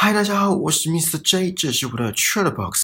嗨，大家好，我是 Mr. J， 这是我的 Chatterbox。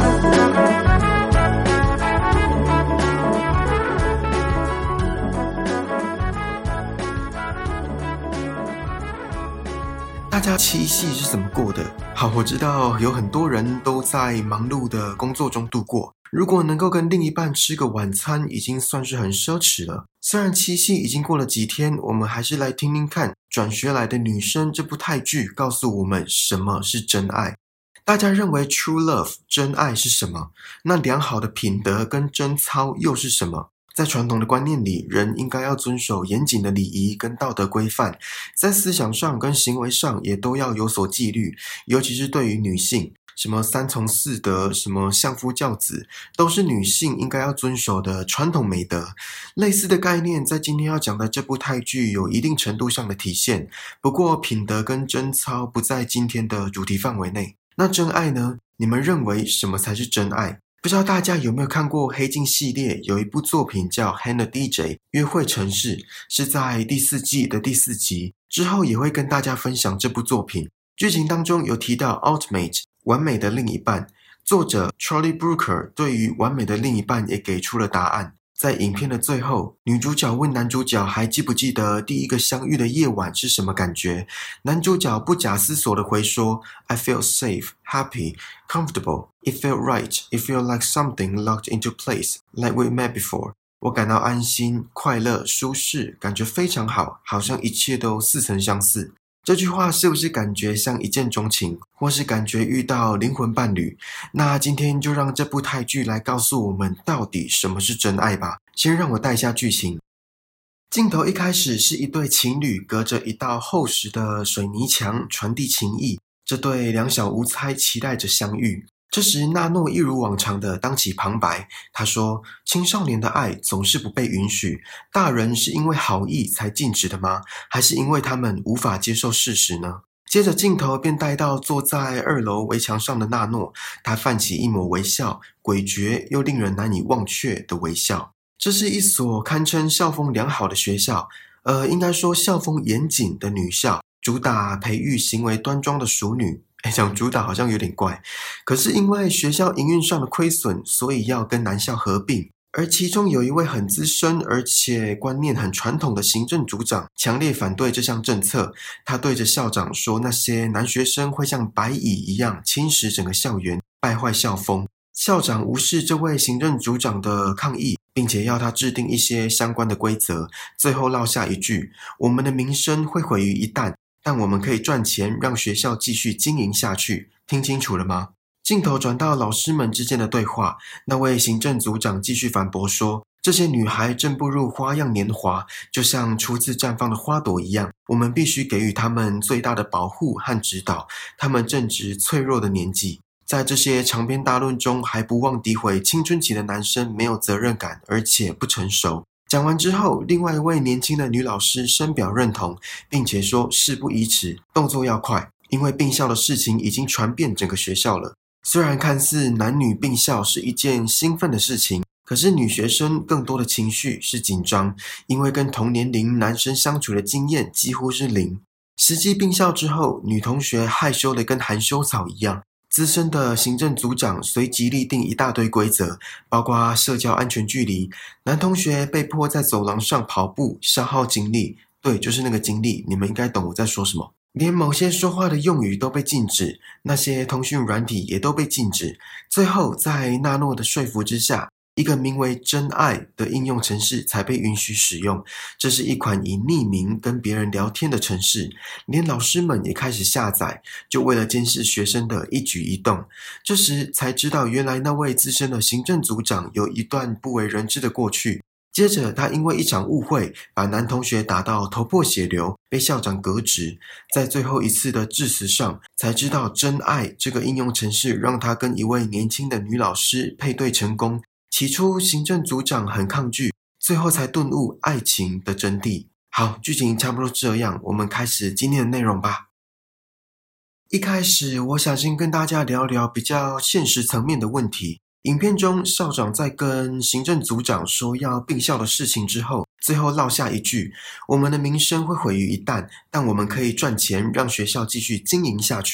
大家七夕是怎么过的？好，我知道有很多人都在忙碌的工作中度过。如果能够跟另一半吃个晚餐，已经算是很奢侈了。虽然七夕已经过了几天，我们还是来听听看《转学来的女生》这部泰剧告诉我们什么是真爱。大家认为 true love 真爱是什么？那良好的品德跟贞操又是什么？在传统的观念里，人应该要遵守严谨的礼仪跟道德规范，在思想上跟行为上也都要有所纪律，尤其是对于女性，什么三从四德，什么相夫教子，都是女性应该要遵守的传统美德。类似的概念在今天要讲的这部泰剧有一定程度上的体现，不过品德跟贞操不在今天的主题范围内。那真爱呢？你们认为什么才是真爱？不知道大家有没有看过黑镜系列，有一部作品叫 Hannah DJ 约会城市，是在第4季的第4集，之后也会跟大家分享这部作品。剧情当中有提到 Ultimate 完美的另一半，作者 Charlie Brooker 对于完美的另一半也给出了答案。在影片的最后，女主角问男主角还记不记得第一个相遇的夜晚是什么感觉？男主角不假思索地回说 I felt safe, happy, comfortable. It felt right. It felt like something locked into place, like we met before. 我感到安心、快乐、舒适，感觉非常好，好像一切都似曾相识。这句话是不是感觉像一见钟情，或是感觉遇到灵魂伴侣？那今天就让这部泰剧来告诉我们到底什么是真爱吧。先让我带一下剧情。镜头一开始是一对情侣隔着一道厚实的水泥墙传递情意，这对两小无猜期待着相遇。这时纳诺一如往常的当起旁白，他说青少年的爱总是不被允许，大人是因为好意才禁止的吗？还是因为他们无法接受事实呢？接着镜头便带到坐在2楼围墙上的纳诺，他泛起一抹微笑，诡谲又令人难以忘却的微笑。这是一所堪称校风良好的学校，应该说校风严谨的女校，主打培育行为端庄的淑女。讲主打好像有点怪，可是因为学校营运上的亏损，所以要跟男校合并。而其中有一位很资深而且观念很传统的行政组长强烈反对这项政策，他对着校长说那些男学生会像白蚁一样侵蚀整个校园，败坏校风。校长无视这位行政组长的抗议，并且要他制定一些相关的规则，最后落下一句：我们的名声会毁于一旦，但我们可以赚钱让学校继续经营下去。听清楚了吗？镜头转到老师们之间的对话，那位行政组长继续反驳说，这些女孩正步入花样年华，就像初次绽放的花朵一样，我们必须给予她们最大的保护和指导，她们正值脆弱的年纪。在这些长篇大论中，还不忘诋毁青春期的男生没有责任感，而且不成熟。讲完之后，另外一位年轻的女老师深表认同，并且说事不宜迟，动作要快，因为并校的事情已经传遍整个学校了。虽然看似男女并校是一件兴奋的事情，可是女学生更多的情绪是紧张，因为跟同年龄男生相处的经验几乎是零。实际并校之后，女同学害羞的跟含羞草一样。资深的行政组长随即立定一大堆规则，包括社交安全距离，男同学被迫在走廊上跑步，消耗精力，对，就是那个精力，你们应该懂我在说什么。连某些说话的用语都被禁止，那些通讯软体也都被禁止。最后在纳诺的说服之下，一个名为真爱的应用程式才被允许使用。这是一款以匿名跟别人聊天的程式，连老师们也开始下载，就为了监视学生的一举一动。这时才知道，原来那位资深的行政组长有一段不为人知的过去。接着他因为一场误会，把男同学打到头破血流，被校长革职。在最后一次的致辞上，才知道真爱这个应用程式让他跟一位年轻的女老师配对成功。起初行政组长很抗拒，最后才顿悟爱情的真谛。好，剧情差不多这样，我们开始今天的内容吧。一开始我想先跟大家聊聊比较现实层面的问题。影片中校长在跟行政组长说要并校的事情之后，最后落下一句，我们的名声会毁于一旦，但我们可以赚钱让学校继续经营下去。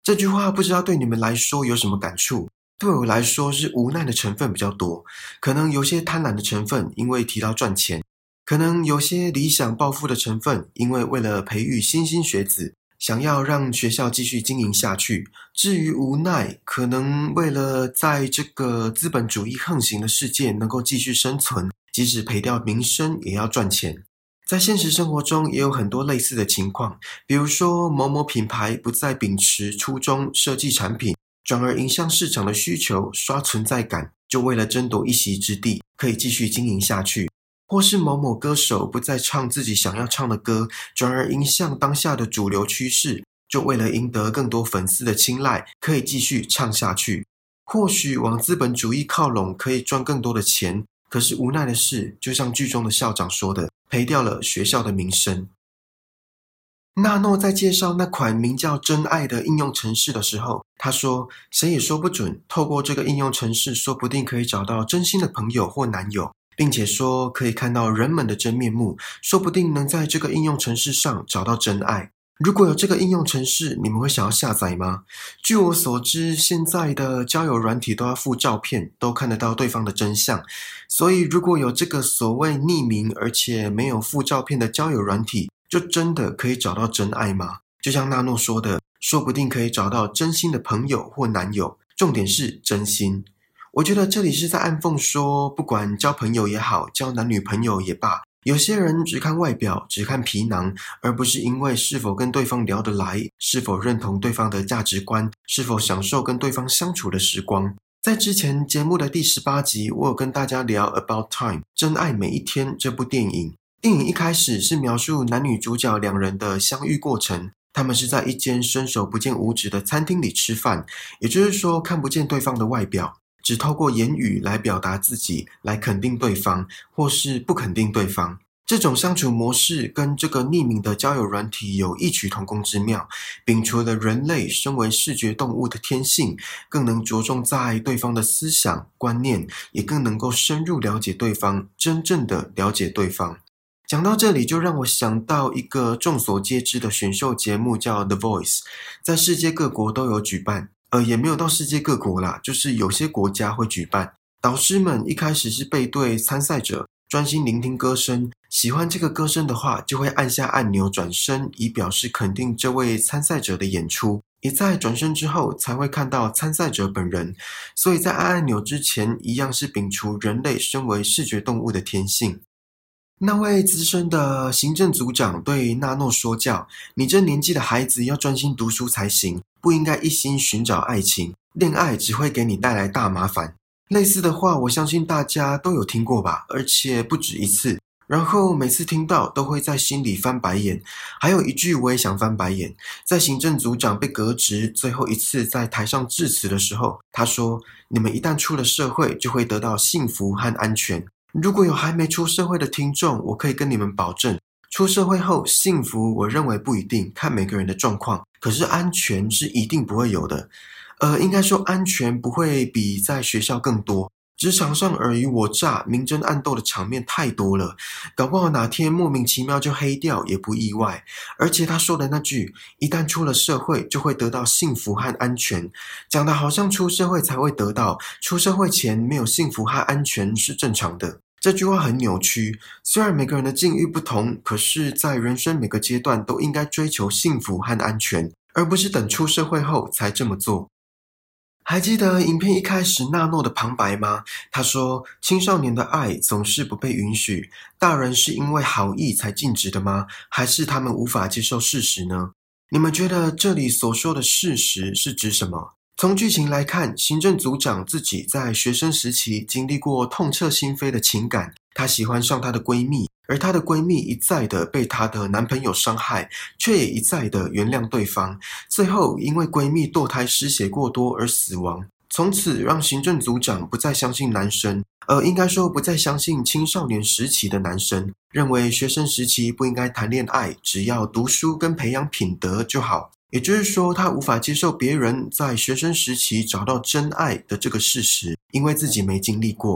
这句话不知道对你们来说有什么感触？对我来说是无奈的成分比较多，可能有些贪婪的成分，因为提到赚钱；可能有些理想抱负的成分，因为为了培育莘莘学子，想要让学校继续经营下去。至于无奈，可能为了在这个资本主义横行的世界能够继续生存，即使赔掉名声也要赚钱。在现实生活中也有很多类似的情况，比如说某某品牌不再秉持初衷设计产品，转而迎向市场的需求，刷存在感，就为了争夺一席之地，可以继续经营下去。或是某某歌手不再唱自己想要唱的歌，转而迎向当下的主流趋势，就为了赢得更多粉丝的青睐，可以继续唱下去。或许往资本主义靠拢可以赚更多的钱，可是无奈的是，就像剧中的校长说的，赔掉了学校的名声。纳诺在介绍那款名叫真爱的应用程式的时候，他说，谁也说不准，透过这个应用程式说不定可以找到真心的朋友或男友，并且说可以看到人们的真面目，说不定能在这个应用程式上找到真爱。如果有这个应用程式，你们会想要下载吗？据我所知，现在的交友软体都要附照片，都看得到对方的真相。所以如果有这个所谓匿名而且没有附照片的交友软体，就真的可以找到真爱吗？就像纳诺说的，说不定可以找到真心的朋友或男友，重点是真心。我觉得这里是在暗讽说，不管交朋友也好，交男女朋友也罢，有些人只看外表，只看皮囊，而不是因为是否跟对方聊得来，是否认同对方的价值观，是否享受跟对方相处的时光。在之前节目的第18集，我有跟大家聊 About Time 真爱每一天这部电影。电影一开始是描述男女主角两人的相遇过程，他们是在一间伸手不见五指的餐厅里吃饭，也就是说看不见对方的外表，只透过言语来表达自己，来肯定对方，或是不肯定对方。这种相处模式跟这个匿名的交友软体有异曲同工之妙，摒除了人类身为视觉动物的天性，更能着重在对方的思想观念，也更能够深入了解对方，真正的了解对方。讲到这里，就让我想到一个众所皆知的选秀节目叫 The Voice， 在世界各国都有举办，也没有到世界各国啦，就是有些国家会举办。导师们一开始是背对参赛者，专心聆听歌声，喜欢这个歌声的话，就会按下按钮转身，以表示肯定这位参赛者的演出。也在转身之后才会看到参赛者本人，所以在按按钮之前，一样是摒除人类身为视觉动物的天性。那位资深的行政组长对纳诺说教，你这年纪的孩子要专心读书才行，不应该一心寻找爱情，恋爱只会给你带来大麻烦。类似的话，我相信大家都有听过吧，而且不止一次。然后每次听到都会在心里翻白眼。还有一句我也想翻白眼，在行政组长被革职最后一次在台上致辞的时候，他说，你们一旦出了社会就会得到幸福和安全。如果有还没出社会的听众，我可以跟你们保证，出社会后幸福我认为不一定，看每个人的状况，可是安全是一定不会有的。应该说安全不会比在学校更多。职场上尔虞我诈、明争暗斗的场面太多了，搞不好哪天莫名其妙就黑掉也不意外。而且他说的那句一旦出了社会就会得到幸福和安全，讲的好像出社会才会得到，出社会前没有幸福和安全是正常的。这句话很扭曲，虽然每个人的境遇不同，可是在人生每个阶段都应该追求幸福和安全，而不是等出社会后才这么做。还记得影片一开始纳诺的旁白吗？他说，青少年的爱总是不被允许，大人是因为好意才禁止的吗？还是他们无法接受事实呢？你们觉得这里所说的事实是指什么？从剧情来看，行政组长自己在学生时期经历过痛彻心扉的情感，她喜欢上她的闺蜜，而她的闺蜜一再的被她的男朋友伤害，却也一再的原谅对方，最后因为闺蜜堕胎失血过多而死亡。从此让行政组长不再相信男生，应该说不再相信青少年时期的男生，认为学生时期不应该谈恋爱，只要读书跟培养品德就好。也就是说，他无法接受别人在学生时期找到真爱的这个事实，因为自己没经历过。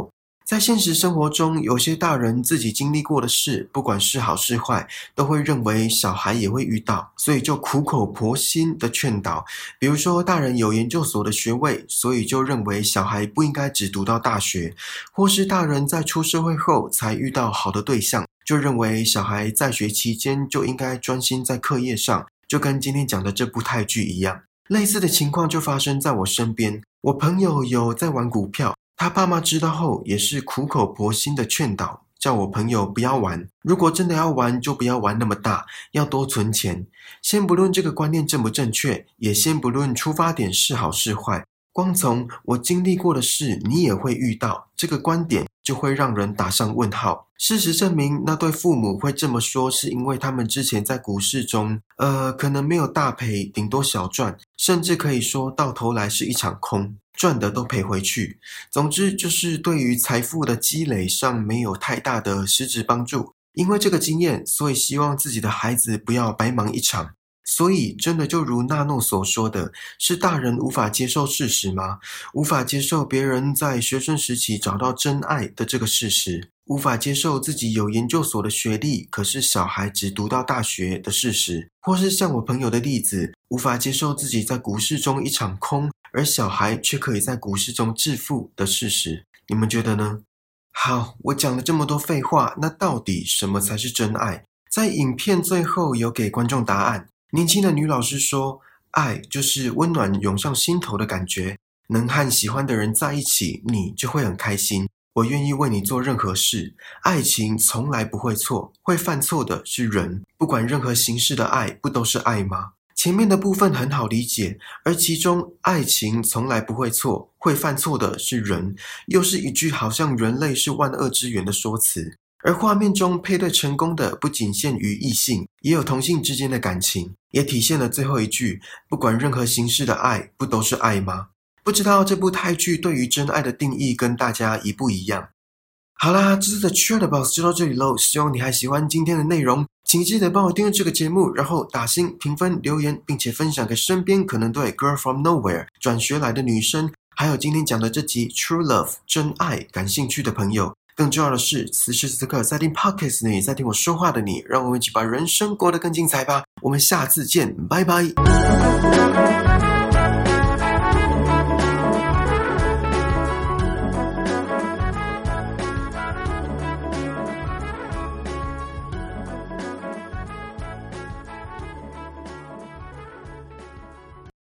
在现实生活中，有些大人自己经历过的事，不管是好是坏，都会认为小孩也会遇到，所以就苦口婆心的劝导。比如说，大人有研究所的学位，所以就认为小孩不应该只读到大学，或是大人在出社会后才遇到好的对象，就认为小孩在学期间就应该专心在课业上，就跟今天讲的这部泰剧一样。类似的情况就发生在我身边，我朋友有在玩股票，他爸妈知道后也是苦口婆心的劝导，叫我朋友不要玩，如果真的要玩就不要玩那么大，要多存钱。先不论这个观念正不正确，也先不论出发点是好是坏，光从我经历过的事你也会遇到这个观点，就会让人打上问号。事实证明，那对父母会这么说，是因为他们之前在股市中可能没有大赔，顶多小赚，甚至可以说到头来是一场空，赚的都赔回去。总之就是对于财富的积累上没有太大的实质帮助。因为这个经验，所以希望自己的孩子不要白忙一场。所以真的就如纳诺所说的，是大人无法接受事实吗？无法接受别人在学生时期找到真爱的这个事实，无法接受自己有研究所的学历，可是小孩只读到大学的事实，或是像我朋友的例子，无法接受自己在股市中一场空，而小孩却可以在股市中致富的事实。你们觉得呢？好，我讲了这么多废话，那到底什么才是真爱？在影片最后有给观众答案。年轻的女老师说，爱就是温暖涌上心头的感觉，能和喜欢的人在一起，你就会很开心。我愿意为你做任何事。爱情从来不会错，会犯错的是人。不管任何形式的爱，不都是爱吗？前面的部分很好理解，而其中爱情从来不会错，会犯错的是人，又是一句好像人类是万恶之源的说辞。而画面中配对成功的不仅限于异性，也有同性之间的感情，也体现了最后一句，不管任何形式的爱，不都是爱吗？不知道这部泰剧对于真爱的定义跟大家一不一样。好啦，这次的 Chill the Box 就到这里咯，希望你还喜欢今天的内容，请记得帮我订阅这个节目，然后打星、评分、留言，并且分享给身边可能对 Girl from Nowhere 转学来的女生，还有今天讲的这集 True Love 真爱感兴趣的朋友。更重要的是，此时此刻在听 Podcast 的你，在听我说话的你，让我们一起把人生过得更精彩吧。我们下次见，拜拜。